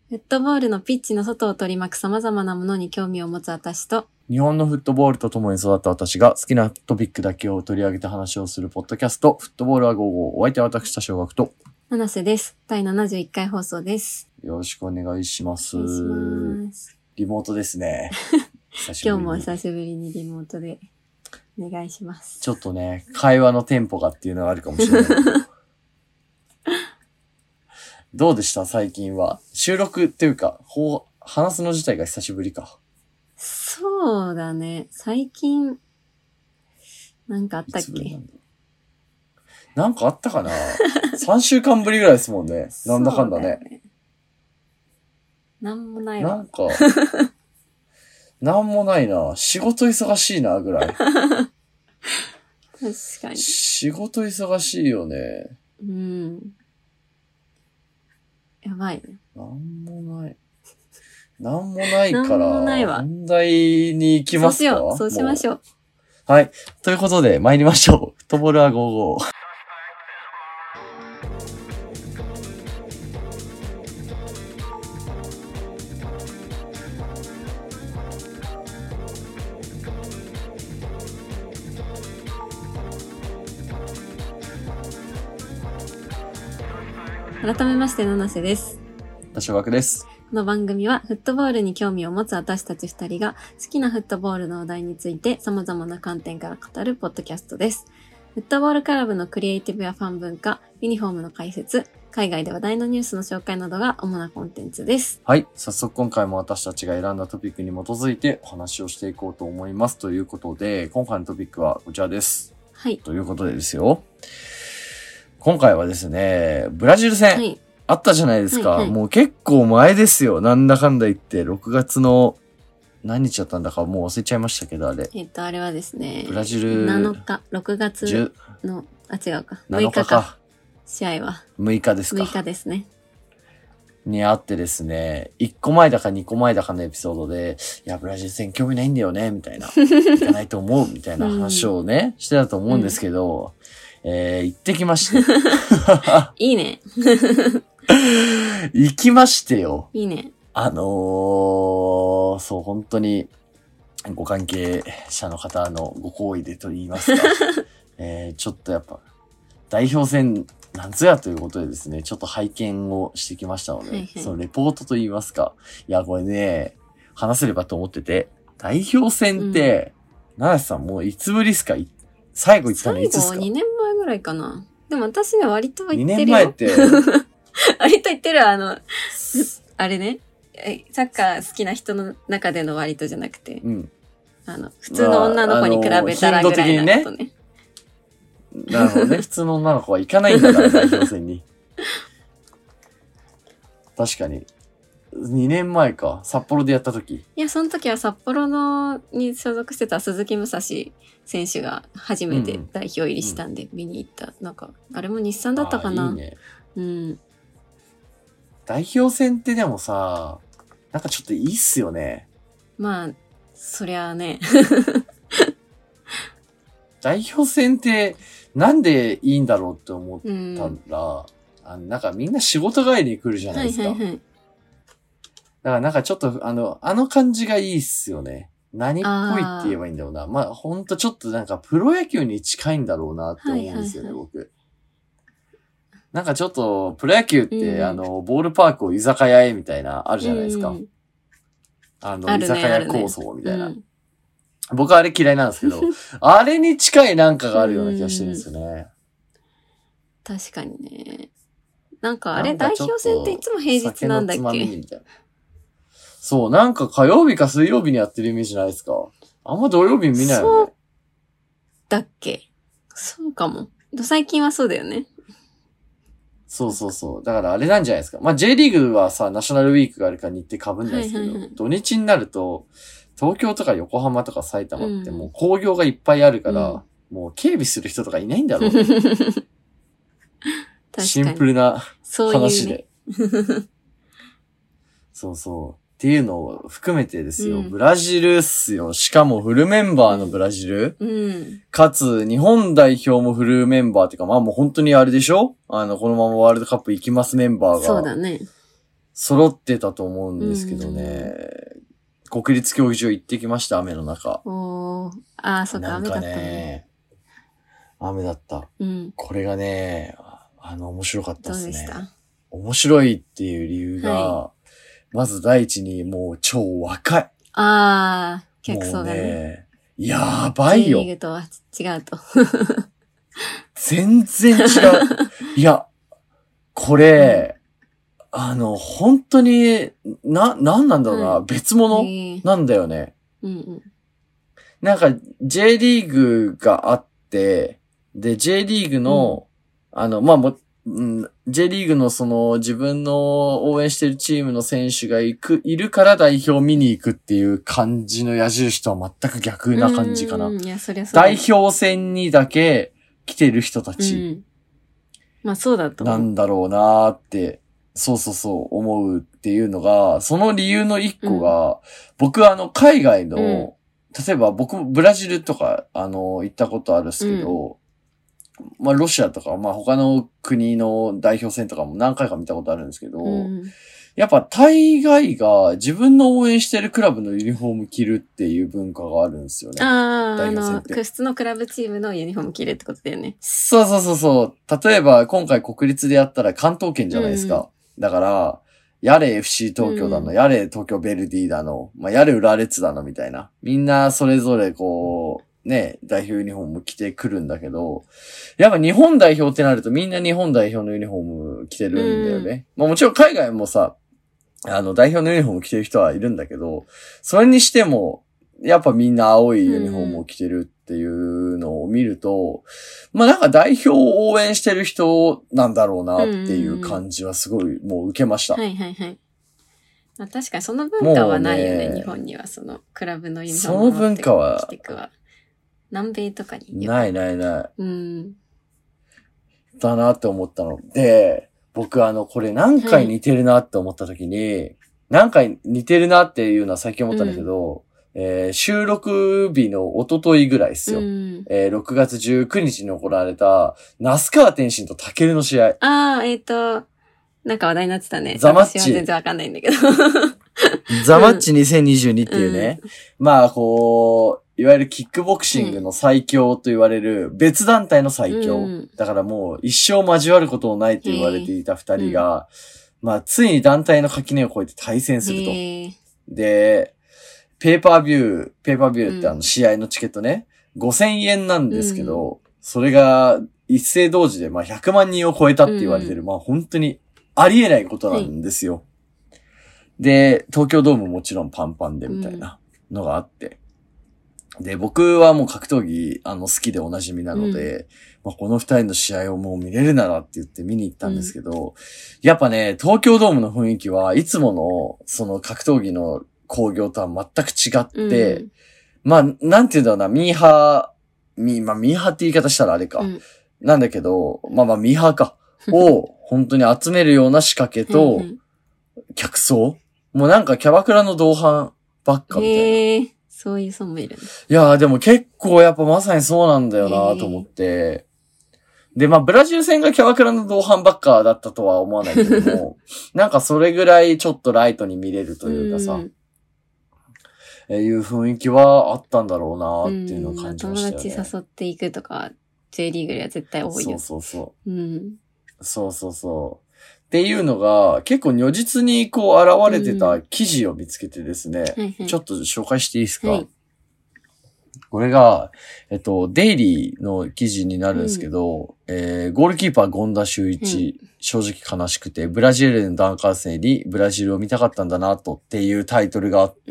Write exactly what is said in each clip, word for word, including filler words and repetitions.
フットボールのピッチの外を取り巻く様々なものに興味を持つ私と、 日本のフットボールと共に育った私が好きなトピックだけを取り上げて話をするポッドキャスト、フットボールはごじゅうご。お相手は私、田小学と。 七瀬です。だいななじゅういっかい放送です。 よろしくお願いします。 お願いします。 リモートですね。 久しぶりに今日も久しぶりにリモートでお願いします。 ちょっとね、会話のテンポがっていうのがあるかもしれない。どうでした最近は。収録っていうか、ほう、話すの自体が久しぶりか。 そうだね。最近、なんかあったっけ？ なんだなんかあったかな ?さん 週間ぶりぐらいですもんね。なんだかんだね。ねなんもないわ。 なんか、なんもないな。仕事忙しいな、ぐらい。確かに。 仕事忙しいよね。 うん。やばいね。 なんもない。なんもないから、 なんもないわ。 本題に行きますか？ そうしよう。そうしましょう。 はい。ということで、参りましょう。フットボールはごじゅうご。 改めまして、七瀬です。 小学です。 この番組はフットボールに興味を持つ私たち二人が好きなフットボールのお題について様々な観点から語るポッドキャストです。フットボールクラブのクリエイティブやファン文化、ユニフォームの解説、海外で話題のニュースの紹介などが主なコンテンツです。 はい。早速今回も私たちが選んだトピックに基づいてお話をしていこうと思います。ということで、今回のトピックはこちらです。 はい。 ということでですよ。今回はですね、ブラジル戦。はい。あったじゃないですか、はいはい。もう結構前ですよ。なんだかんだ言って、ろくがつの何日だったんだかもう忘れちゃいましたけど、あれ。 えっと、あれはですね。 ブラジル。 なのか、ろくがつの、あ、違うか。 むいかか。 試合は。 むいかですか。 むいかですね。 にあってですね、いっこまえだかにこまえだかのエピソードで、いや、ブラジル戦興味ないんだよね、みたいな。行かないと思う、みたいな話をね、うん、してたと思うんですけど、うん、えー、行ってきました。 いいね。 行きましてよ。 いいね。 あのー、そう、本当に、ご関係者の方のご好意でと言いますか、えー、ちょっとやっぱ、代表戦、なんぞやということでですね、ちょっと拝見をしてきましたので、はいはい、そのレポートと言いますか、いや、これね、話せればと思ってて、代表戦って、うん、七瀬さんもういつぶりっすか？最後行ったのいつっすか？ 最後にねんまえぐらいかな。でも私ね、割と行ってるよ。 にねんまえって、 割と言ってるあの、あれね、サッカー好きな人の中での割とじゃなくて、うん、あの、普通の女の子に比べたらぐらいなことね。 なるほどね。普通の女の子は行かないんだから、代表戦に。確かに。にねんまえか。札幌でやった時。 いや、その時は札幌のに所属してた鈴木武蔵選手が初めて代表入りしたんで見に行った。うんうん、なんか、あれも日産だったかな。 いいね。 うん。 代表戦ってでもさ、なんかちょっといいっすよね。 まあ、そりゃあね。 代表戦ってなんでいいんだろうって思ったら、うん、あのなんかみんな仕事帰りに来るじゃないですか。はいはいはい、だからなんかちょっとあの、あの感じがいいっすよね。何っぽいって言えばいいんだろうな。まあほんとちょっとなんかプロ野球に近いんだろうなって思うんですよね、はいはいはい、僕。なんかちょっとプロ野球って、うん、あの、ボールパークを居酒屋へみたいなあるじゃないですか。うん、あの、居酒屋構想みたいな。僕はあれ嫌いなんですけど、あれに近いなんかがあるような気がしてるんですよね。 確かにね。なんかあれ代表戦っていつも平日なんだっけ？ そう、なんか火曜日か水曜日にやってるイメージないですか？あんま土曜日見ないよね。 そうだっけ？そうかも。最近はそうだよね。 そうそうそう。だからあれなんじゃないですか。まあ J リーグはさ、ナショナルウィークがあるから日程被んないですけど、はいはいはい、土日になると、東京とか横浜とか埼玉ってもう工業がいっぱいあるから、うん、もう警備する人とかいないんだろうね。シンプルな話で。そういうね、そうそう。っていうのを含めてですよ、うん。ブラジルっすよ。しかもフルメンバーのブラジル。 うん、かつ、日本代表もフルメンバーっていうか、まあもう本当にあれでしょ？あの、このままワールドカップ行きますメンバーが。 そうだね。 揃ってたと思うんですけどね。国立競技場行ってきました、雨の中。 おー。あー、そっか、 なんか雨だったね。 ね、雨だった。 うん。 これがね、あの、面白かったですね。 どうでした？ 面白いっていう理由が、 はまず第一にもう超若い。 あー、客層がね。 もうね、やばいよ。 J リーグとは違うと。 全然違う。いや、これ、うん、あの、本当に、な、なんなんだろうな、うん、別物なんだよね。 うんうん、 なんか、J リーグがあって、で、J リーグの、うん、あの、まあ、も、うん、J リーグのその自分の応援してるチームの選手が行く、いるから代表見に行くっていう感じの矢印とは全く逆な感じかな。 いや、そりゃそう。 代表戦にだけ来てる人たち。うん、 まあそうだと。 なんだろうなーって、そうそうそう思うっていうのが、その理由の一個が、うん、僕はあの海外の、うん、例えば僕ブラジルとかあの行ったことあるんですけど、うんまあ、ロシアとか、まあ、他の国の代表戦とかも何回か見たことあるんですけど、うん、やっぱ大概が自分の応援してるクラブのユニフォーム着るっていう文化があるんですよね。 ああ、あの、個室のクラブチームのユニフォーム着るってことだよね。 そうそうそうそう。例えば、今回国立でやったら関東圏じゃないですか。うん、だから、やれ エフシー 東京だの、うん、やれ東京ベルディだの、まあ、やれ浦和レッズだのみたいな。みんなそれぞれこう、ね、代表ユニフォーム着てくるんだけど、やっぱ日本代表ってなるとみんな日本代表のユニフォーム着てるんだよね。うん、まあもちろん海外もさ、あの代表のユニフォーム着てる人はいるんだけど、それにしても、やっぱみんな青いユニフォームを着てるっていうのを見ると、うん、まあなんか代表を応援してる人なんだろうなっていう感じはすごいもう受けました。 はいはいはい。まあ確かにその文化はないよね、ね日本にはそのクラブのユニフォームを持って着てくは。南米とかに。 ないないない。 うん。 だなって思ったの。で、僕あの、これ何回似てるなって思った時に、はい、何回似てるなっていうのは最近思ったんだけど、うん、えー、収録日の一昨日ぐらいですよ。うん、えー、ろくがつじゅうくにちに行われた、那須川天心とタケルの試合。 ああ、えっ、ー、と、なんか話題になってたね。 ザマッチ。 私は全然わかんないんだけど。 ザマッチにせんにじゅうにっていうね。うん、まあ、こう、いわゆるキックボクシングの最強と言われる別団体の最強。うん、だからもう一生交わることのないと言われていた二人が、うん、まあついに団体の垣根を越えて対戦すると。で、ペーパービュー、ペーパービューってあの試合のチケットね、ごせんえんなんですけど、うん、それが一斉同時でまあひゃくまんにんを超えたって言われてる、うん、まあ本当にありえないことなんですよ。はい、で、東京ドームもちろんパンパンでみたいなのがあって。で、僕はもう格闘技、あの、好きでおなじみなので、うん、まあ、この二人の試合をもう見れるならって言って見に行ったんですけど、うん、やっぱね、東京ドームの雰囲気はいつもの、その格闘技の興行とは全く違って、うん、まあ、なんていうんだろうな、ミーハー、ミー、まあ、ミーハーって言い方したらあれか。うん、なんだけど、まあまあ、ミーハーか。を、本当に集めるような仕掛けと、客層もうなんかキャバクラの同伴ばっかみたいな。 へーそういう人もいる。 いやーでも結構やっぱまさにそうなんだよなと思って。で、まあブラジル戦がキャバクラの同伴ばっかだったとは思わないけども、なんかそれぐらいちょっとライトに見れるというかさ、うんえー、いう雰囲気はあったんだろうなっていうのを感じましたよね。 友達誘っていくとか、J リーグでは絶対多いよ。 そうそうそう。 うん、 そうそうそう。っていうのが結構如実にこう現れてた記事を見つけてですね、うんはいはい、ちょっと紹介していいですか、はい、これが、えっと、デイリーの記事になるんですけど、うんえー、ゴールキーパー権田修一、うん、正直悲しくて、ブラジルでのダンカー戦にブラジルを見たかったんだなとっていうタイトルがあって、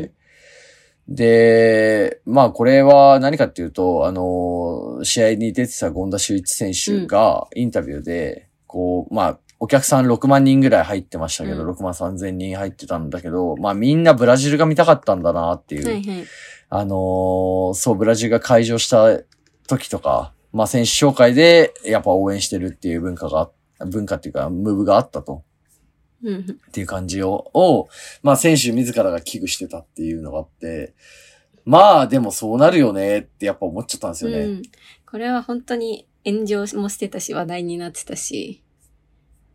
うん、で、まあこれは何かっていうと、あの、試合に出てた権田修一選手がインタビューで、こう、まあ、お客さんろくまんにんぐらい入ってましたけど、うん、ろくまんさんぜんにん入ってたんだけど、まあみんなブラジルが見たかったんだなっていう。 はいはい、 あのー、そう、ブラジルが開場した時とか、まあ選手紹介でやっぱ応援してるっていう文化が、文化っていうか、ムーブがあったと。 うん、 っていう感じを、を、まあ選手自らが危惧してたっていうのがあって、まあでもそうなるよねってやっぱ思っちゃったんですよね。うん、 これは本当に炎上もしてたし、話題になってたし、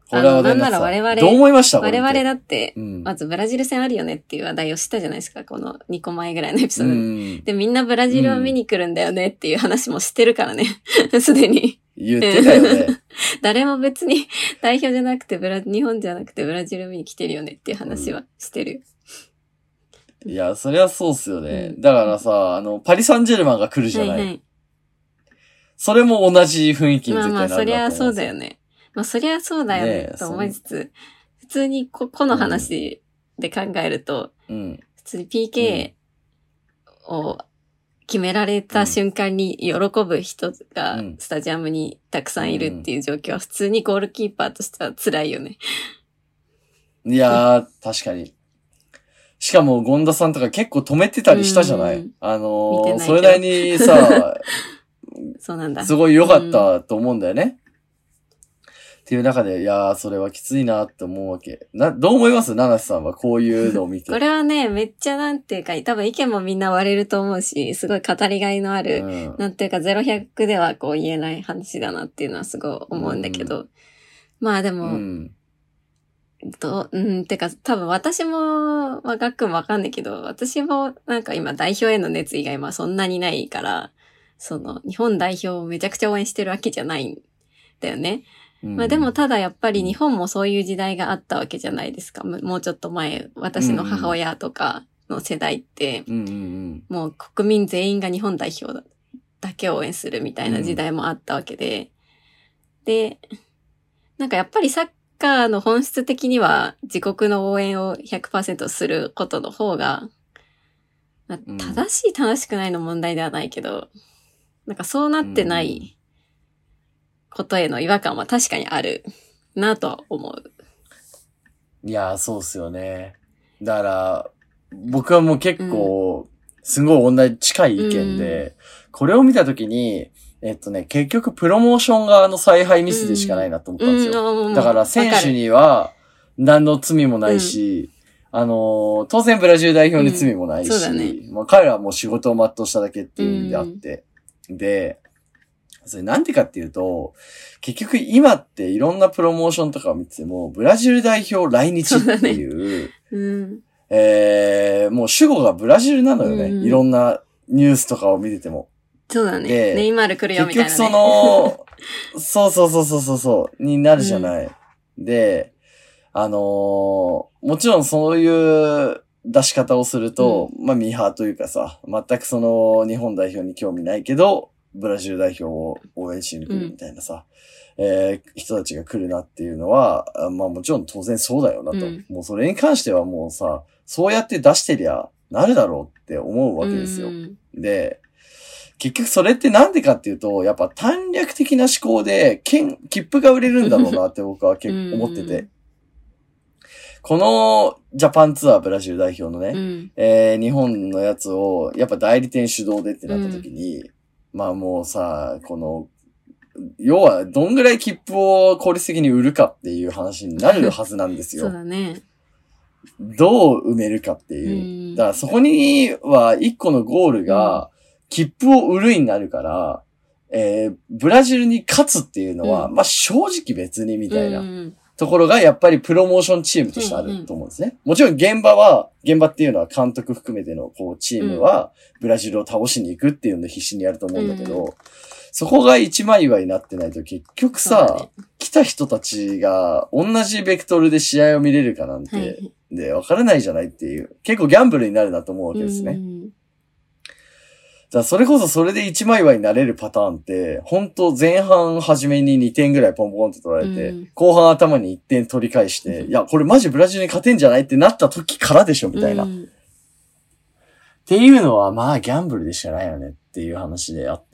これは話題になってた。なんなら我々、どう思いました我々だって、うん、まずブラジル戦あるよねっていう話題をしたじゃないですか、このにこまえぐらいのエピソードで。うん、で、みんなブラジルを見に来るんだよねっていう話もしてるからね、すでに。 言ってたよね。 誰も別に代表じゃなくてブラ、日本じゃなくてブラジル見に来てるよねっていう話はしてる。 うん、いや、それはそうっすよね。うん、だからさ、あの、パリ・サンジェルマンが来るじゃない。はいはい、それも同じ雰囲気に絶対なるなと思う。 まあまあ、そりゃそうだよね。まあ、そりゃそうだよね、と思いつつ、普通にこ、この話で考えると、うん、普通に ピーケー を決められた瞬間に喜ぶ人がスタジアムにたくさんいるっていう状況は普通にゴールキーパーとしては辛いよね。 いやー、確かに。しかも、権田さんとか結構止めてたりしたじゃない、うん、あのー、それなりにさ、 そうなんだ。 すごい良かったと思うんだよね。うんっていう中で、いやー、それはきついなって思うわけ。な、どう思いますナナシさんはこういうのを見て。 これはね、めっちゃなんていうか、多分意見もみんな割れると思うし、すごい語りがいのある、うん、なんていうかゼロひゃくではこう言えない話だなっていうのはすごい思うんだけど。うん、まあでも、うん、どう、うん、てか多分私も、まあ、ガックもわかんないけど、私もなんか今代表への熱意が今そんなにないから、その日本代表をめちゃくちゃ応援してるわけじゃないんだよね。まあでもただやっぱり日本もそういう時代があったわけじゃないですか。もうちょっと前、私の母親とかの世代って、もう国民全員が日本代表だけを応援するみたいな時代もあったわけで、で、なんかやっぱりサッカーの本質的には自国の応援を ひゃくパーセント することの方が、まあ、正しい正しくないの問題ではないけど、なんかそうなってない、ことへの違和感は確かにあるなとは思う。 いやー、そうっすよね。だから、僕はもう結構、すごい同じ近い意見で、うん、これを見たときに、えっとね、結局プロモーション側の采配ミスでしかないなと思ったんですよ。うんうん、だから選手には何の罪もないし、うん、あのー、当然ブラジル代表に罪もないし、うん、そうだね、まあ、彼らはもう仕事を全うしただけっていう意味であって、うん、で、それなんでかっていうと、結局今っていろんなプロモーションとかを見てても、ブラジル代表来日っていう、ねうん、えー、もう主語がブラジルなのよね、うん。いろんなニュースとかを見てても。 そうだね。ネイマール来るよみたいな、ね。 結局その、そうそうそうそうそうそう、になるじゃない。うん、で、あのー、もちろんそういう出し方をすると、うん、まあミーハーというかさ、全くその日本代表に興味ないけど、ブラジル代表を応援しに来るみたいなさ、うん、えー、人たちが来るなっていうのは、まあもちろん当然そうだよなと、うん。もうそれに関してはもうさ、そうやって出してりゃなるだろうって思うわけですよ。うん、で、結局それってなんでかっていうと、やっぱ短絡的な思考で、切符が売れるんだろうなって僕は結構思ってて。うん、このジャパンツアーブラジル代表のね、うん、えー、日本のやつをやっぱ代理店主導でってなった時に、うんまあもうさ、この、要はどんぐらい切符を効率的に売るかっていう話になるはずなんですよ。 そうだね。 どう埋めるかっていう。だからそこには一個のゴールが、切符を売るになるから、えー、ブラジルに勝つっていうのは、うん、まあ正直別にみたいなところがやっぱりプロモーションチームとしてあると思うんですね。もちろん現場は、現場っていうのは監督含めてのこうチームはブラジルを倒しに行くっていうので必死にやると思うんだけど、うん、そこが一枚岩になってないと結局さ、ね、来た人たちが同じベクトルで試合を見れるかなんて、はい、で、わからないじゃないっていう、結構ギャンブルになるなと思うわけですね。うんじゃあそれこそそれで一枚岩になれるパターンって、本当前半初めににてんぐらいポンポンって取られて、うん、後半頭にいってん取り返して、うん、いや、これマジブラジルに勝てんじゃないってなった時からでしょ、みたいな。うん、っていうのは、まあギャンブルでしかないよねっていう話であって。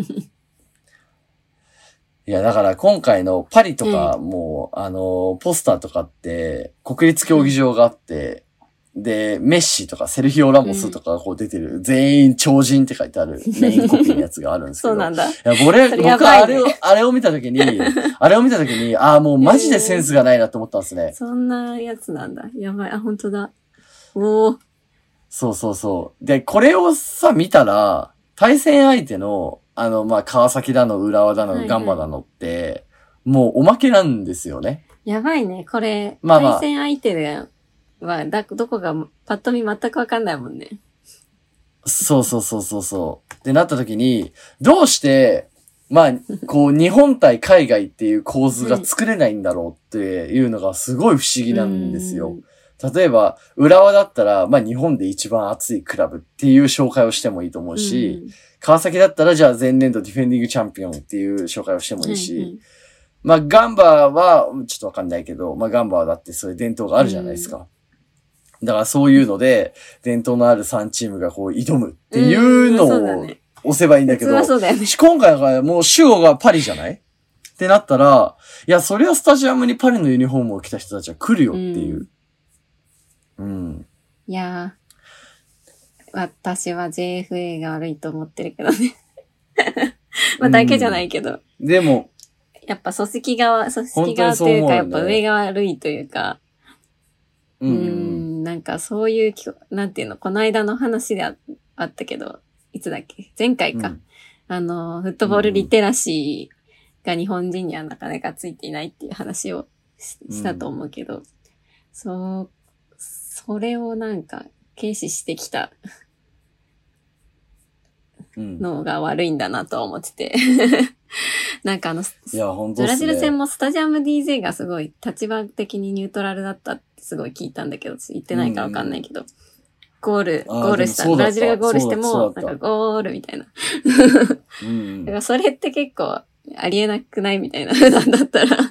いや、だから今回のパリとかも、うん、あの、ポスターとかって、国立競技場があって、で、メッシとかセルヒオ・ラモスとかがこう出てる、うん、全員超人って書いてあるメインコピーのやつがあるんですけど。 そうなんだ。いや、俺、ね、僕はあれを、あれを見たときに、あれを見たときに、ああ、もうマジでセンスがないなって思ったんですね。 そんなやつなんだ。やばい。あ、本当だ。おー。 そうそうそう。で、これをさ、見たら、対戦相手の、あの、まあ、川崎だの、浦和だの、ガンバだのって、はいはい、もうおまけなんですよね。 やばいね。これ、 まあまあ、 対戦相手は、だ、どこが、パッと見全くわかんないもんね。 そうそうそうそうそう。ってなった時に、どうして、まあ、こう、日本対海外っていう構図が作れないんだろうっていうのがすごい不思議なんですよ。例えば、浦和だったら、まあ日本で一番熱いクラブっていう紹介をしてもいいと思うし、うん、川崎だったらじゃあ前年度ディフェンディングチャンピオンっていう紹介をしてもいいし、うんうん、まあガンバはちょっとわかんないけど、まあガンバはだってそういう伝統があるじゃないですか。うん、だからそういうので、伝統のあるさんチームがこう挑むっていうのを押せばいいんだけど、 うんそうだね、 今回はもう主語がパリじゃないってなったら、いや、そりゃスタジアムにパリのユニフォームを着た人たちは来るよっていう。うんうん、 いやー、私は ジェイエフエー が悪いと思ってるけどね。まあだけじゃないけど。 うん、でも、 やっぱ組織側、組織側というか、やっぱ上が悪いというか、う、ね、ーん、なんかそういう、なんていうの、この間の話で あ, あったけど、いつだっけ前回か、うん。あの、フットボールリテラシーが日本人にはなかなかついていないっていう話を し, したと思うけど、うん、そう、それをなんか軽視してきたのが悪いんだなと思っててなんかあのいや本当ブラジル戦もスタジアム ディージェー がすごい立場的にニュートラルだったってすごい聞いたんだけど言ってないかわかんないけど、うん、ゴールゴールしたブラジルがゴールしてもなんかゴールみたいなうん、だからそれって結構ありえなくないみたいな普段だったら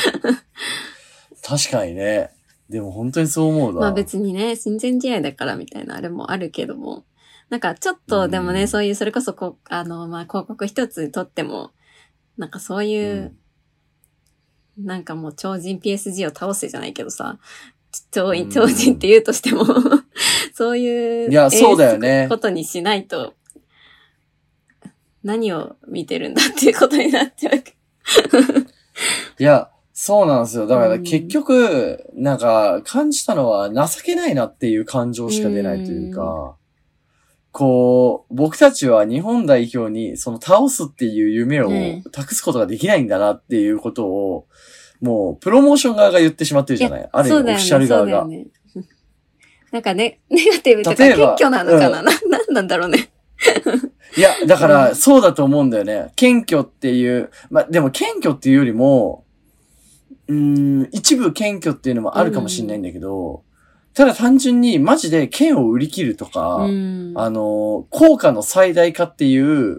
確かにね。でも本当にそう思うな。 まあ別にね、親善試合だからみたいなあれもあるけども、なんかちょっとでもね、うん、そういう、それこそこう、あの、まあ広告一つとっても、なんかそういう、うん、なんかもう超人 ピーエスジー を倒せじゃないけどさ、超人、超人って言うとしても、そういう、 いや、そうだよね。 ことにしないと、何を見てるんだっていうことになっちゃう。 いや、そうなんですよ。だから結局、うん、なんか感じたのは情けないなっていう感情しか出ないというか、うん、こう、僕たちは日本代表にその倒すっていう夢を託すことができないんだなっていうことを、もうプロモーション側が言ってしまってるじゃない。ある意味オフィシャル側が。 ね、なんかね、ネガティブとか謙虚なのかな、うん、な、なんなんだろうね。 いや、だからそうだと思うんだよね。謙虚っていう、まあ、でも謙虚っていうよりも、うーん、一部謙虚っていうのもあるかもしれないんだけど、うん、ただ単純にマジで剣を売り切るとか、うん、あの、効果の最大化っていう、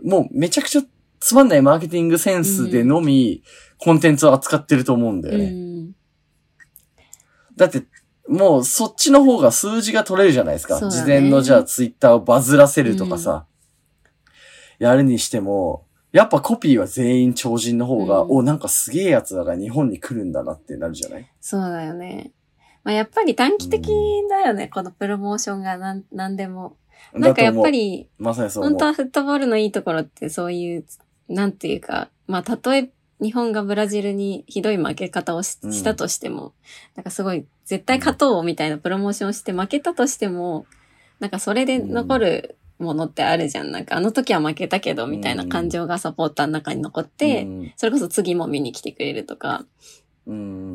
もうめちゃくちゃつまんないマーケティングセンスでのみ、コンテンツを扱ってると思うんだよね。うん、だって、もうそっちの方が数字が取れるじゃないですか。ね、事前のじゃあツイッターをバズらせるとかさ、うん、やるにしても、やっぱコピーは全員超人の方が、うん、お、なんかすげえやつだが日本に来るんだなってなるじゃない？ そうだよね。まあ、やっぱり短期的だよね、うん、このプロモーションがなん、なんでも。なんかやっぱり、 まさにそう思う。 本当はフットボールのいいところってそういう、なんていうか、まあ、たとえ日本がブラジルにひどい負け方を し,、うん、したとしても、なんかすごい、絶対勝とうみたいなプロモーションをして負けたとしても、なんかそれで残る、うんものってあるじゃん。なんかあの時は負けたけどみたいな感情がサポーターの中に残って、うん、それこそ次も見に来てくれるとか、うん、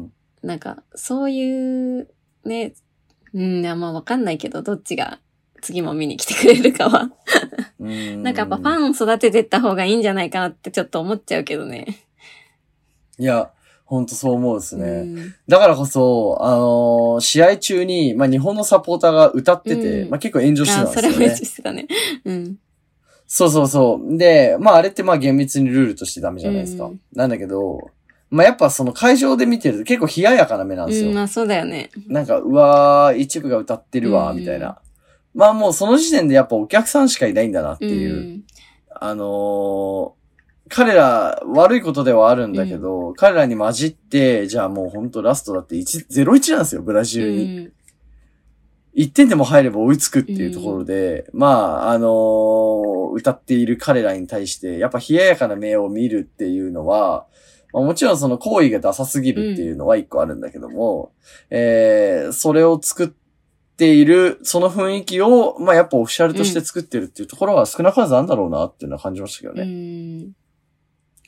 なんかそういうね、うん、まあわかんないけどどっちが次も見に来てくれるかはうん、なんかやっぱファン育ててった方がいいんじゃないかなってちょっと思っちゃうけどね。 いや、ほんとそう思うですね。うん、だからこそ、あのー、試合中に、まあ、日本のサポーターが歌ってて、うん、まあ、結構炎上してたんですよね。 あ、それも炎上してたね。うん。 そうそうそう。で、まあ、あれってまあ、厳密にルールとしてダメじゃないですか。うん、なんだけど、まあ、やっぱその会場で見てると結構冷ややかな目なんですよ。 うん、まあ、そうだよね。 なんか、うわー、一部が歌ってるわ、みたいな。うん、まあ、もうその時点でやっぱお客さんしかいないんだなっていう。うん、あのー、彼ら、悪いことではあるんだけど、うん、彼らに混じって、じゃあもうほんとラストだっていち、ゼロいちなんですよ、ブラジルに。うん、いってんでも入れば追いつくっていうところで、うん、まあ、あのー、歌っている彼らに対して、やっぱ冷ややかな目を見るっていうのは、まあ、もちろんその行為がダサすぎるっていうのは一個あるんだけども、うん、えー、それを作っている、その雰囲気を、まあやっぱオフィシャルとして作ってるっていうところは少なからずあるんだろうなっていうのは感じましたけどね。 うん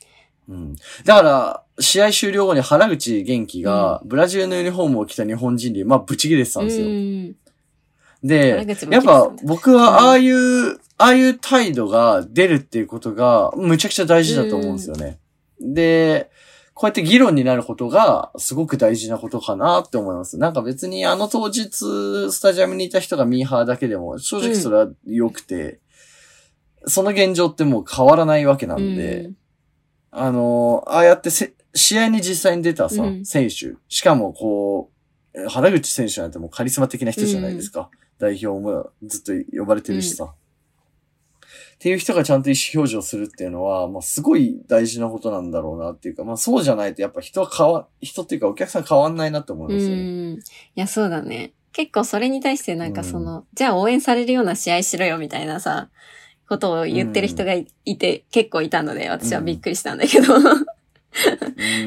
うん。だから、試合終了後に原口元気が、ブラジルのユニフォームを着た日本人で、まあ、ブチ切れてたんですよ。うん、で、やっぱ僕はああいう、うん、ああいう態度が出るっていうことが、むちゃくちゃ大事だと思うんですよね。うん、で、こうやって議論になることが、すごく大事なことかなって思います。なんか別にあの当日、スタジアムにいた人がミーハーだけでも、正直それは良くて、うん、その現状ってもう変わらないわけなんで、うん、あの、ああやってせ試合に実際に出たさ、うん、選手。しかもこう、原口選手なんてもうカリスマ的な人じゃないですか。うん、代表もずっと呼ばれてるしさ。うん、っていう人がちゃんと意思表示をするっていうのは、まあすごい大事なことなんだろうなっていうか、まあそうじゃないとやっぱ人は変わ、人っていうかお客さん変わんないなって思いますよね。うん。 いや、そうだね。結構それに対してなんかその、うん、じゃあ応援されるような試合しろよみたいなさ、ことを言ってる人が い,、うん、て結構いたので、私はびっくりしたんだけど、うん、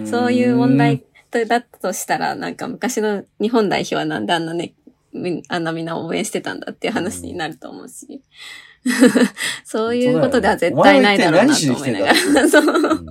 そういう問題だったとしたら、なんか昔の日本代表はなんであんなね、あんなみんな応援してたんだっていう話になると思うし、うん、そういうことでは絶対ないだろうなと思いながら。そう。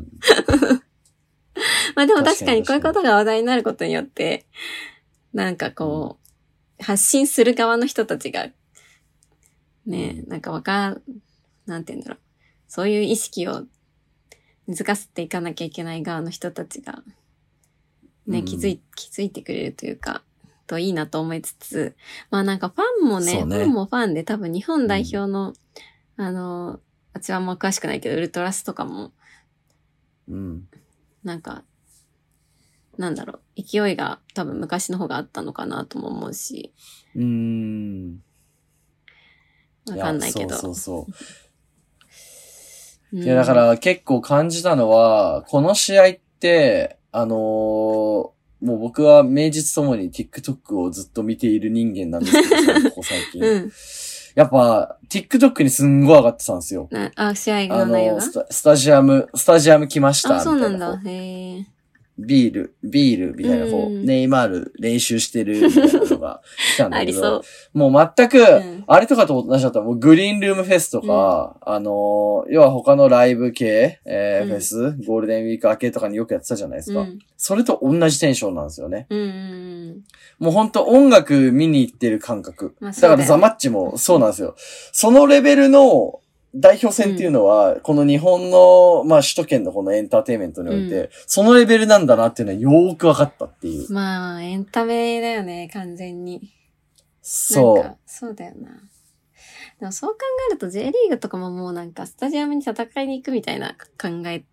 まあでも確かにこういうことが話題になることによって、なんかこう、うん、発信する側の人たちが、ね、なんかわかん、なんて言うんだろう。そういう意識を根付かせていかなきゃいけない側の人たちが、ね、うん、気づい、気づいてくれるというか、といいなと思いつつ、まあなんかファンもね、ねファンもファンで多分日本代表の、うん、あの、私はあんま詳しくないけど、ウルトラスとかも、 うん、 なんか、なんだろう、勢いが多分昔の方があったのかなとも思うし、 うーん。 わかんないけど。 そうそうそう。いや、だから結構感じたのは、この試合って、あのー、もう僕は名実ともに TikTok をずっと見ている人間なんですけど、ここ最近。うん、やっぱ、TikTok にすんごい上がってたんですよ。 あ、試合の内容があのスタ、スタジアム、スタジアム来ました。 あ、そうなんだ。へー。 ビール、ビールみたいな方、うん、ネイマール練習してるみたいなのが来たんだけど、ありそう。もう全く、うん、あれとかと同じだったら、もうグリーンルームフェスとか、うん、あの、要は他のライブ系、えーうん、フェス、ゴールデンウィーク明けとかによくやってたじゃないですか。うん、それと同じテンションなんですよね。 うん、 もうほんと音楽見に行ってる感覚。まあだ, だからザマッチもそうなんですよ。そのレベルの、代表戦っていうのは、うん、この日本の、まあ首都圏のこのエンターテインメントにおいて、うん、そのレベルなんだなっていうのはよーく分かったっていう。 まあ、エンタメだよね、完全に。 そう。 なんかそうだよな。でもそう考えると J リーグとかももうなんかスタジアムに戦いに行くみたいな考えって、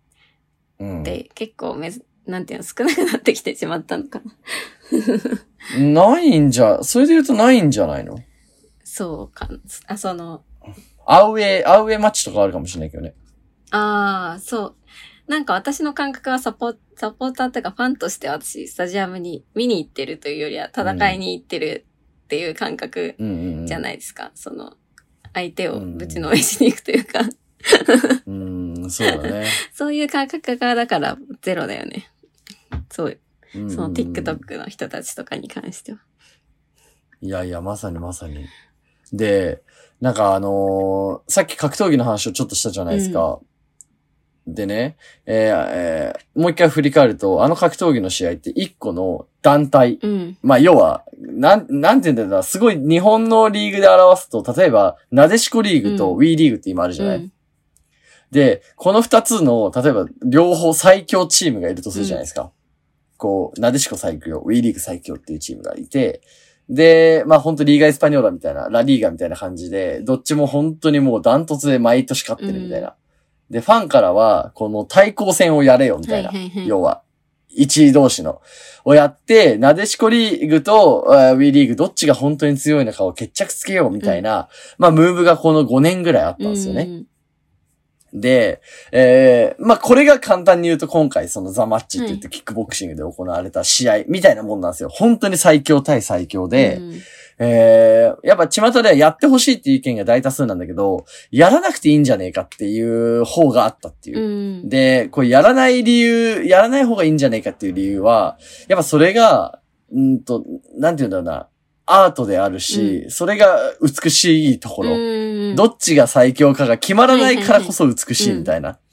結構めず、うん、なんていうの、少なくなってきてしまったのかな。ないんじゃ、それで言うとないんじゃないの？ そうか。あ、その、 アウェイ、アウェイマッチとかあるかもしれないけどね。 ああ、そう。なんか私の感覚はサポ、サポーターというかファンとして私、スタジアムに見に行ってるというよりは戦いに行ってるっていう感覚じゃないですか。うんうんうん、その、相手をぶちのめしに行くというか。 うん、うん、そうだね。 そういう感覚がだからゼロだよね。そう。その TikTok の人たちとかに関しては。 いやいや、まさにまさに。で、なんかあのー、さっき格闘技の話をちょっとしたじゃないですか。うん、でね、えーえー、もう一回振り返ると、あの格闘技の試合って一個の団体。 うん、 まあ要は、なん、なんて言うんだろうな、すごい日本のリーグで表すと、例えば、なでしこリーグと WE リーグって今あるじゃない、うん、で、この二つの、例えば両方最強チームがいるとするじゃないですか。うん、こう、なでしこ最強、WE リーグ最強っていうチームがいて、で、まあ本当リーガエスパニョーラみたいな、ラリーガみたいな感じで、どっちも本当にもうダントツで毎年勝ってるみたいな。うん、で、ファンからは、この対抗戦をやれよみたいな。 はいはいはい、 要は、一位同士の。をやって、なでしこリーグと WE リーグどっちが本当に強いのかを決着つけようみたいな、うん、まあムーブがこのごねんぐらいあったんですよね。うんで、えー、まあ、これが簡単に言うと今回そのザマッチって言ってキックボクシングで行われた試合みたいなもんなんですよ。本当に最強対最強で、うん、えー、やっぱ巷ではやってほしいっていう意見が大多数なんだけど、やらなくていいんじゃねえかっていう方があったっていう。 うん、 で、これやらない理由、やらない方がいいんじゃねえかっていう理由は、やっぱそれが、うんと、なんて言うんだろうな、アートであるし、うん、それが美しいところ、 うん。 どっちが最強かが決まらないからこそ美しいみたいな。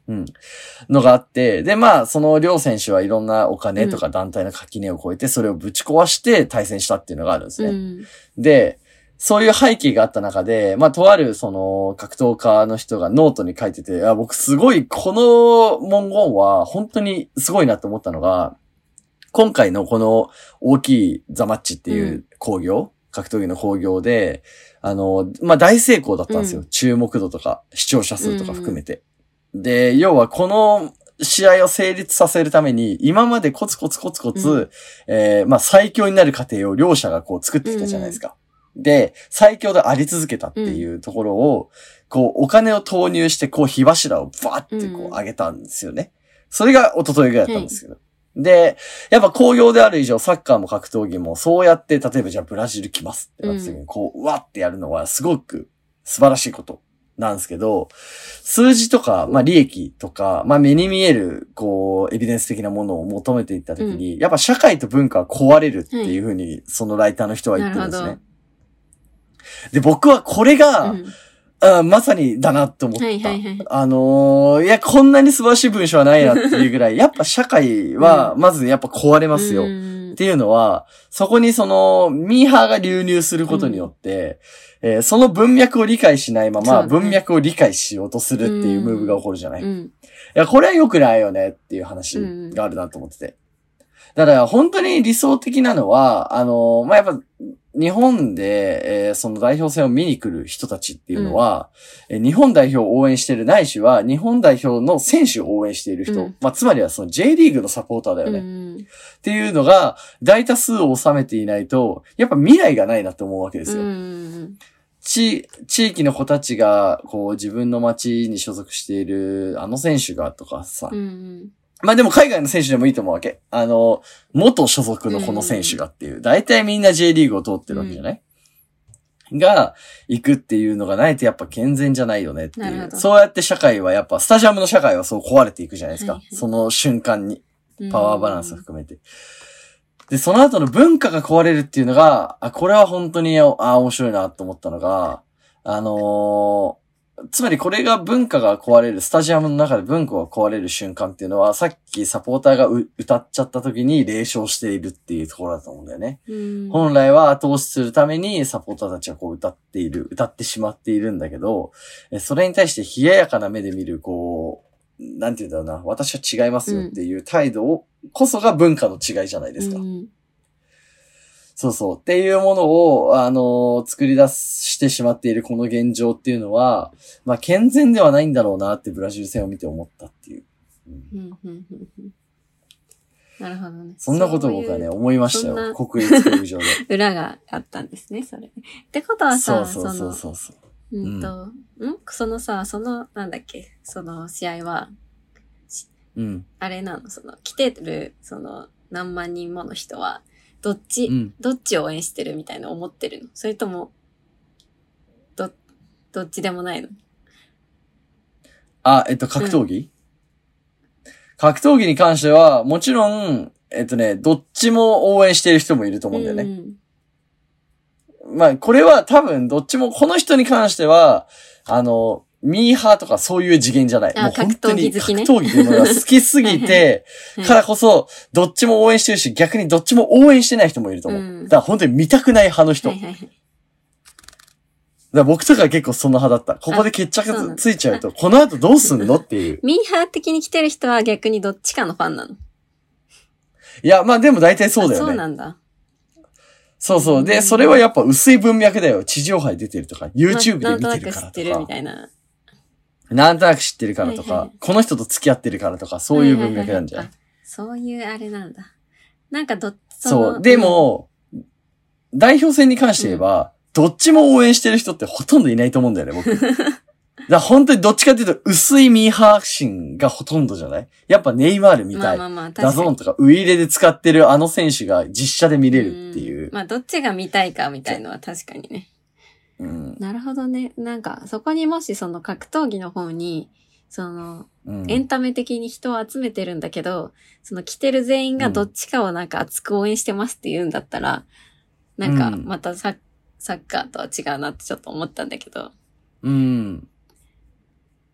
うん。のがあって、で、まあ、その両選手はいろんなお金とか団体の垣根を越えて、それをぶち壊して対戦したっていうのがあるんですね。 うん、 で、そういう背景があった中で、まあ、とあるその格闘家の人がノートに書いてて、あ、僕すごいこの文言は本当にすごいなと思ったのが、今回のこの大きいザマッチっていう興行、うん、格闘技の興行で、あの、まあ、大成功だったんですよ。うん、注目度とか視聴者数とか含めて。うん、で、要はこの試合を成立させるために、今までコツコツコツコツ、うん、えー、まあ、最強になる過程を両者がこう作ってきたじゃないですか。うん、で、最強であり続けたっていうところを、こう、お金を投入して、こう、火柱をバーってこう上げたんですよね。それが一昨日ぐらいだったんですけど。はい、で、やっぱ興行である以上、サッカーも格闘技も、そうやって、例えばじゃあブラジル来ますってなった時に、こう、うわってやるのはすごく素晴らしいことなんですけど、数字とか、まあ利益とか、まあ目に見える、こう、エビデンス的なものを求めていった時に、うん、やっぱ社会と文化は壊れるっていうふうに、そのライターの人は言ってるんですね。で、僕はこれが、うんあまさにだなと思った。はいはいはい、あのー、いや、こんなに素晴らしい文章はないなっていうぐらい、やっぱ社会は、まずやっぱ壊れますよ。うん、っていうのは、そこにその、ミーハーが流入することによって、うんえー、その文脈を理解しないまま、文脈を理解しようとするっていうムーブが起こるじゃない。うん、いや、これは良くないよねっていう話があるなと思ってて。だから、本当に理想的なのは、あのー、まあ、やっぱ、日本で、えー、その代表戦を見に来る人たちっていうのは、うん、日本代表を応援しているないしは、日本代表の選手を応援している人、うん、まあ、つまりはその J リーグのサポーターだよね。うん、っていうのが、大多数を収めていないと、やっぱ未来がないなって思うわけですよ。うん地、地域の子たちが、こう、自分の町に所属している、あの選手がとかさ、うんまあでも海外の選手でもいいと思うわけ。あの、元所属のこの選手がっていう。大体みんな J リーグを通ってるわけじゃない、うん、が、行くっていうのがないとやっぱ健全じゃないよねっていう。そうやって社会はやっぱ、スタジアムの社会はそう壊れていくじゃないですか。はいはい、その瞬間に。パワーバランスを含めて。で、その後の文化が壊れるっていうのが、あ、これは本当に、あ、面白いなと思ったのが、あのー、つまりこれが文化が壊れる、スタジアムの中で文化が壊れる瞬間っていうのは、さっきサポーターが歌っちゃった時に冷笑しているっていうところだと思うんだよね。本来は後押しするためにサポーターたちはこう歌っている、歌ってしまっているんだけど、それに対して冷ややかな目で見る、こう、なんていうんだろうな、私は違いますよっていう態度を、こそが文化の違いじゃないですか。うんそうそう。っていうものを、あのー、作り出してしまっているこの現状っていうのは、まあ、健全ではないんだろうなってブラジル戦を見て思ったっていう。うんうんうんうん、 なるほどね。 そんなことを僕はね、思いましたよ。国立競技場で。 裏があったんですね、それ。ってことはさ、 そうそうそうそう。 うんと、うん、そのさ、その、なんだっけ、その試合は、うん。あれなの、その、来てる、その、何万人もの人は、どっち、うん、どっちを応援してるみたいな思ってるの？それとも、ど、どっちでもないの？ あ、えっと、格闘技、うん、格闘技に関しては、もちろん、えっとね、どっちも応援してる人もいると思うんだよね。うん、まあ、これは多分、どっちも、この人に関しては、あの、ミーハーとかそういう次元じゃない。もう本当に格闘技っていうものが好きすぎて、からこそ、どっちも応援してるし、逆にどっちも応援してない人もいると思う。うん、だから本当に見たくない派の人。はいはいはい、だから僕とかは結構その派だった。ここで決着ついちゃうと、この後どうすんのっていう。 ミーハー的に来てる人は逆にどっちかのファンなの？ いや、まあでも大体そうだよね。 そうなんだ。 そうそう。で、それはやっぱ薄い文脈だよ。地上波出てるとか、YouTube で見てるからとか。なんとなく知ってるみたいな。なんとなく知ってるからとか、はいはい、この人と付き合ってるからとか、そういう文脈なんじゃない、はいはいはい、 そういうあれなんだ。なんかどっそそう。でも、うん、代表戦に関して言えば、うん、どっちも応援してる人ってほとんどいないと思うんだよね、僕。だから本当にどっちかっていうと、薄いミーハー心がほとんどじゃない？やっぱネイマールみたい。まあまあまあ、ダゾーンとかウイイレで使ってるあの選手が実写で見れるっていう。 うん、まあどっちが見たいかみたいのは確かにね。うん、なるほどね。なんか、そこにもしその格闘技の方に、その、うん、エンタメ的に人を集めてるんだけど、その来てる全員がどっちかをなんか熱く応援してますって言うんだったら、うん、なんかまたサッ、サッカーとは違うなってちょっと思ったんだけど。うん。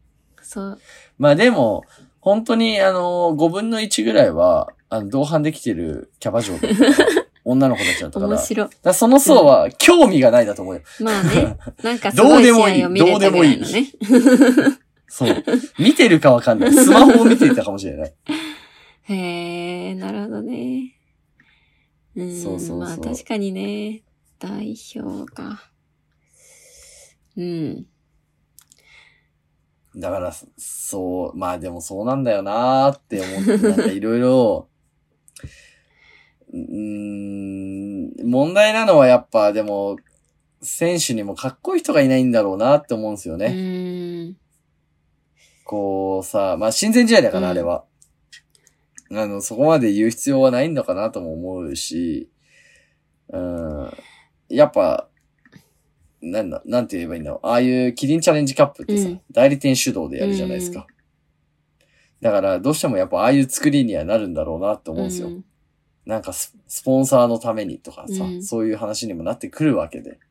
そう。 まあでも、本当にあの、ごぶんのいちぐらいは、あの、同伴できてるキャバ嬢だったから、女の子たちだったから。 面白い。だからその層は興味がないだと思うよ。 うん、まあね。なんかすごい試合を見れたぐらいのね。 どうでもいい。そう。見てるかわかんない。スマホを見ていたかもしれない。 へー、なるほどね。うん、そうそうそう。まあ確かにね、代表か。うん。 だから、そう、まあでもそうなんだよなーって思って、なんかいろいろ、うーん、問題なのはやっぱでも、選手にもかっこいい人がいないんだろうなって思うんですよね。うーんこうさ、まあ親善試合だから、あれは。うん、あの、そこまで言う必要はないのかなとも思うし、うん、やっぱ、なんだ、なんて言えばいいんだろう。ああいうキリンチャレンジカップってさ、うん、代理店主導でやるじゃないですか。うん、だから、どうしてもやっぱああいう作りにはなるんだろうなって思うんですよ。うん、なんかス、スポンサーのためにとかさ、うん、そういう話にもなってくるわけで。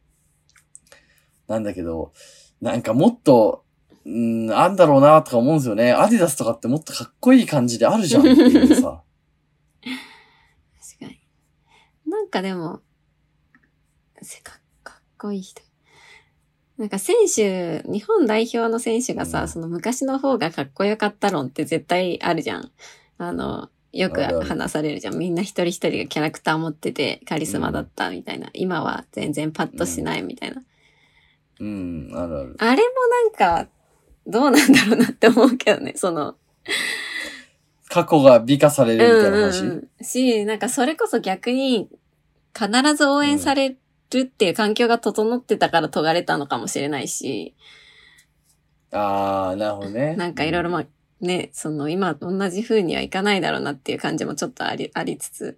なんだけど、なんかもっと、うん、あんだろうなとか思うんですよね。アディダスとかってもっとかっこいい感じであるじゃんっていうさ。 確かに。なんかでも、せかかっこいい人。なんか選手、日本代表の選手がさ、うん、その昔の方がかっこよかった論って絶対あるじゃん。あの、よく話されるじゃん。みんな一人一人がキャラクター持っててカリスマだったみたいな。うん、今は全然パッとしないみたいな。 うん、うん、あるある。 あれもなんか、どうなんだろうなって思うけどね、その。 過去が美化されるみたいな話、 うんうん、し、なんかそれこそ逆に必ず応援されるっていう環境が整ってたから遂がれたのかもしれないし。 あー、なるほどね。 なんかいろいろまあね、その今同じ風にはいかないだろうなっていう感じもちょっとあり、ありつつ。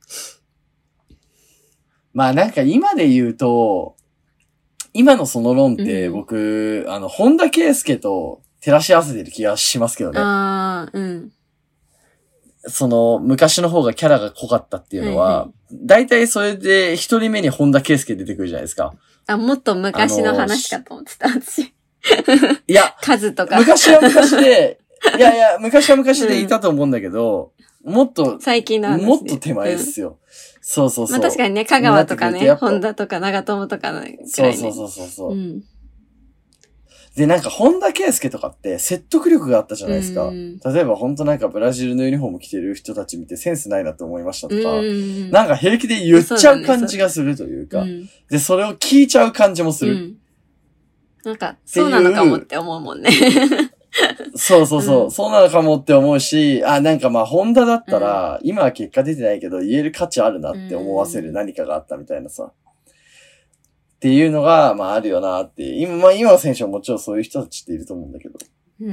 まあなんか今で言うと、今のその論って僕、うん、あの、本田圭佑と照らし合わせてる気がしますけどね。 ああ、うん。 その、昔の方がキャラが濃かったっていうのは、だいたいそれで一人目に本田圭佑出てくるじゃないですか。 あ、もっと昔の話かと思ってた、私。いや、 数とか。 昔は昔で、いやいや、昔は昔でいたと思うんだけど、うん、もっと、 最近の話、ね、 もっと手前ですよ。うん、そうそうそう。 まあ確かにね、香川とかね、本田とか長友とかのくらい、ね。 そうそうそうそう。うん、で、なんか本田圭佑とかって説得力があったじゃないですか。例えば本当なんかブラジルのユニフォーム着てる人たち見てセンスないなって思いましたとか、なんか平気で言っちゃう感じがするというか、うね、で、それを聞いちゃう感じもする。うん、 なんか、そうなのかもって思うもんね。 そうそうそう、うん、そうなのかもって思うし、あ、なんかまあ、ホンダだったら、うん、今は結果出てないけど、言える価値あるなって思わせる何かがあったみたいなさ。っていうのが、まああるよなって。今、まあ今の選手はもちろんそういう人たちっていると思うんだけど。 うん、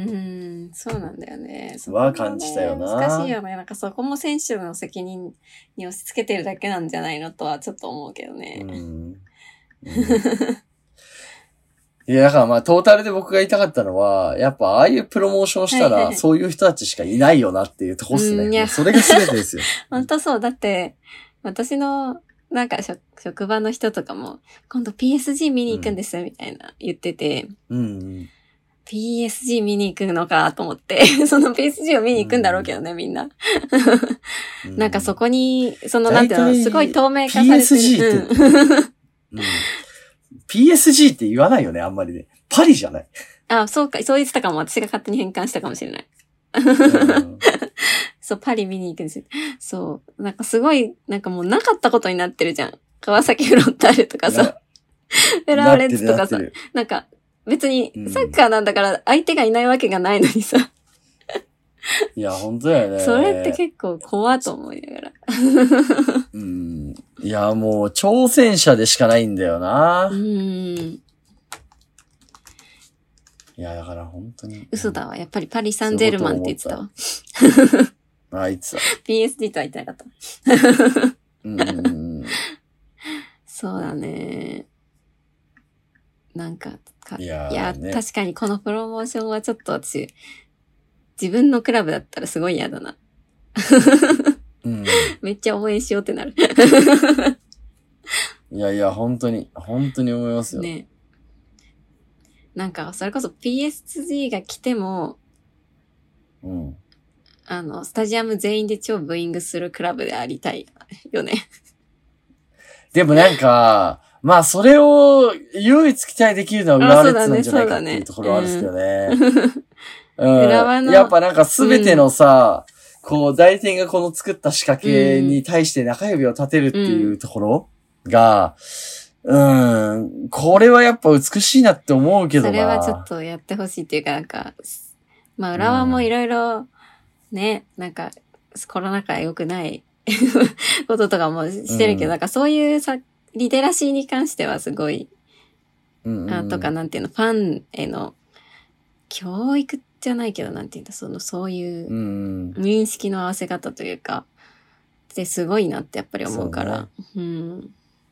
そうなんだよね。 そこは感じたよな。 難しいよね。なんかそこも選手の責任に押し付けてるだけなんじゃないのとはちょっと思うけどね。うん。うんいや、だからまあ、トータルで僕が言いたかったのは、やっぱ、ああいうプロモーションしたら、そういう人たちしかいないよなっていうとこっすね。うん、いや、それが全てですよ。 本当そう。だって、私の、なんか職、職場の人とかも、今度 ピーエスジー 見に行くんです、みたいな言ってて、うんうん、ピーエスジー 見に行くのかと思って、その ピーエスジー を見に行くんだろうけどね、うん、みんな。うん、なんかそこに、その、なんていうの、すごい透明化されてる。 ピーエスジー って。うんピーエスジー って言わないよね、あんまりね。パリじゃない。 あ、そうか、そう言ってたかも。私が勝手に変換したかもしれない。そう、パリ見に行くんですよ。そう。なんかすごい、なんかもうなかったことになってるじゃん。川崎フロンターレとかさ。フェラーレッズとかさ。な, なんか、別にサッカーなんだから相手がいないわけがないのにさ。 いや、本当だよね。 それって結構怖いと思いながら。 うん。いや、もう、挑戦者でしかないんだよな。うん。いや、だから本当に。 嘘だわ。やっぱりパリ・サンジェルマンって言ってたわ。 あいつは。 ピーエスジー とは言ってなかった。 うんうんうん。 そうだね。なんか、かいや、 いや、 ね、 確かにこのプロモーションはちょっと私、自分のクラブだったらすごい嫌だな。うん、めっちゃ応援しようってなる。 いやいや、本当に、本当に思いますよ。ね。 なんか、それこそ ピーエスジー が来ても、 うん。 あの、スタジアム全員で超ブーイングするクラブでありたいよね。 でもなんか、まあそれを唯一期待できるのは浦和レッズなんじゃないかっていうところはあるんですよね。うん。浦和のやっぱなんかすべてのさ、うん、こう代理店がこの作った仕掛けに対して中指を立てるっていうところが、うん、うん、これはやっぱ美しいなって思うけどな。 それはちょっとやってほしいっていうかなんか、まあ浦和もいろいろね、なんかコロナ禍良くないこととかもしてるけど、うん、なんかそういうさ、リテラシーに関してはすごい、うんうん、あとかなんていうの、ファンへの教育じゃないけど、なんていうんだ、その、そういう認識の合わせ方というか、ってすごいなってやっぱり思うから。うね、うん。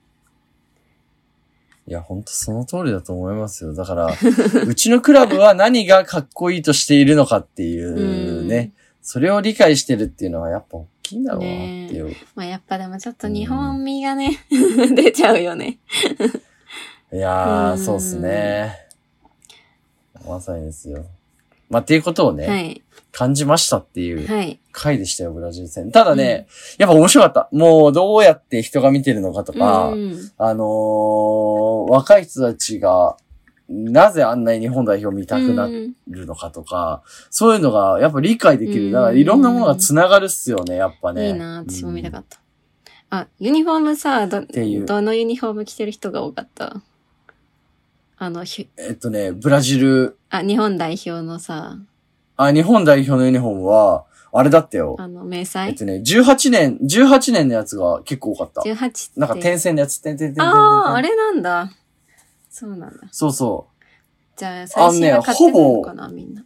いや、ほんとその通りだと思いますよ。だから、うちのクラブは何がかっこいいとしているのかっていうね、うん、それを理解してるっていうのはやっぱ大きいんだろうなっていう。 まあやっぱでもちょっと日本味がね、うん、出ちゃうよね。 いやー、うそうっすね。まさにですよ。まあ、っていうことをね、はい、感じましたっていう回でしたよ、ブラジル戦。ただね、うん、やっぱ面白かった。もうどうやって人が見てるのかとか、うん、あのー、若い人たちがなぜあんなに日本代表見たくなるのかとか、うん、そういうのがやっぱ理解できる。だからいろんなものがつながるっすよね、やっぱね。 いいな、私も見たかった。うん、あ、ユニフォームさ、ど、どのユニフォーム着てる人が多かった？あの、ひえっとね、ブラジル。 あ、日本代表のさ。 あ、日本代表のユニフォームは、あれだったよ。 あの、明細えっとね、じゅうはちねん、じゅうはちねんのやつが結構多かった。 じゅうはちって。 なんか点線のやつ、点点点点点。 ああ、あれなんだ。そうなんだ。 そうそう。 じゃあ、最新は買ってないのかな、みんな。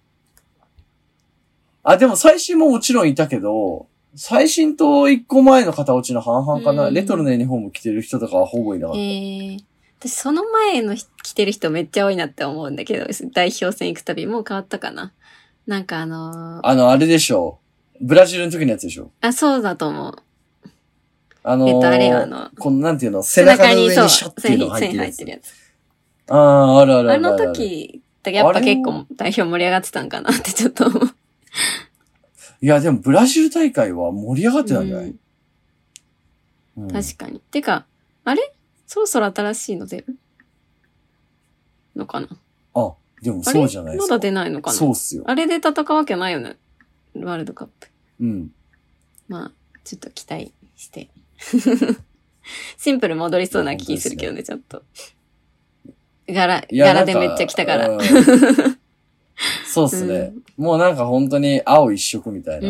あ、でも最新ももちろんいたけど、最新と一個前の片落ちの半々かな。レトロのユニフォーム着てる人とかはほぼいなかった。へー。 私、その前の着てる人めっちゃ多いなって思うんだけど、代表戦行くたびもう変わったかな。なんかあのー、 あの、あれでしょ。ブラジルの時のやつでしょ。 あ、そうだと思う。 あのー、 えっと、あれよ、あの、 このなんていうの、背中の上にシャッっていうのが入ってるやつ。線入ってるやつ。ああ、あるあるあるある。 あの時、やっぱ結構代表盛り上がってたんかなってちょっと思う。 いや、でもブラジル大会は盛り上がってたんじゃない？ うんうん、確かに。てか、あれそろそろ新しいの出るのかな。 あ、でもそうじゃないですか。 まだ出ないのかな。 そうっすよ。 あれで戦うわけないよね。ワールドカップ。 うん。 まあ、ちょっと期待して。シンプル戻りそうな気するけどね、ちょっと。柄、柄でめっちゃ来たから。 そうっすね、うん。もうなんか本当に青一色みたいな。うん。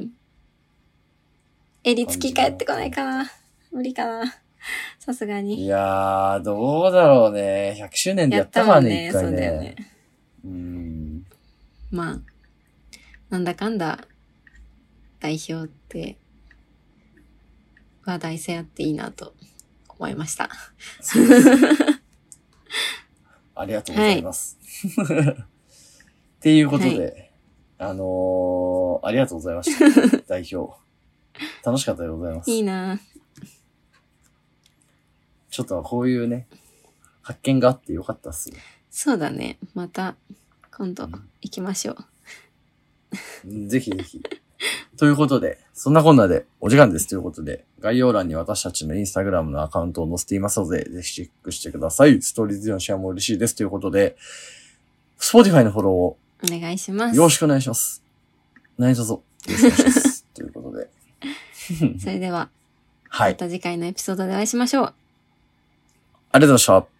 襟付き返ってこないかな。無理かな。さすがに。 いやー、どうだろうね。ひゃくしゅうねんでやったからね、一回ね。そうだよね。うん。 まあ、なんだかんだ、代表って、話題性あっていいなと思いました。そうです。 ありがとうございます。はい、っていうことで、はい、あのー、ありがとうございました。代表。楽しかったでございます。 いいな。 ちょっとこういうね、発見があってよかったっすね。 そうだね。また、今度行きましょう。うん、ぜひぜひ。ということで、そんなこんなでお時間ですということで、概要欄に私たちのインスタグラムのアカウントを載せていますので、ぜひチェックしてください。ストーリーズのシェアも嬉しいですということで、Spotify のフォローをお願いします。 よろしくお願いします。何卒よろしくお願いします。ということで。 それでは、 はい。 また次回のエピソードでお会いしましょう。 ありがとうございました。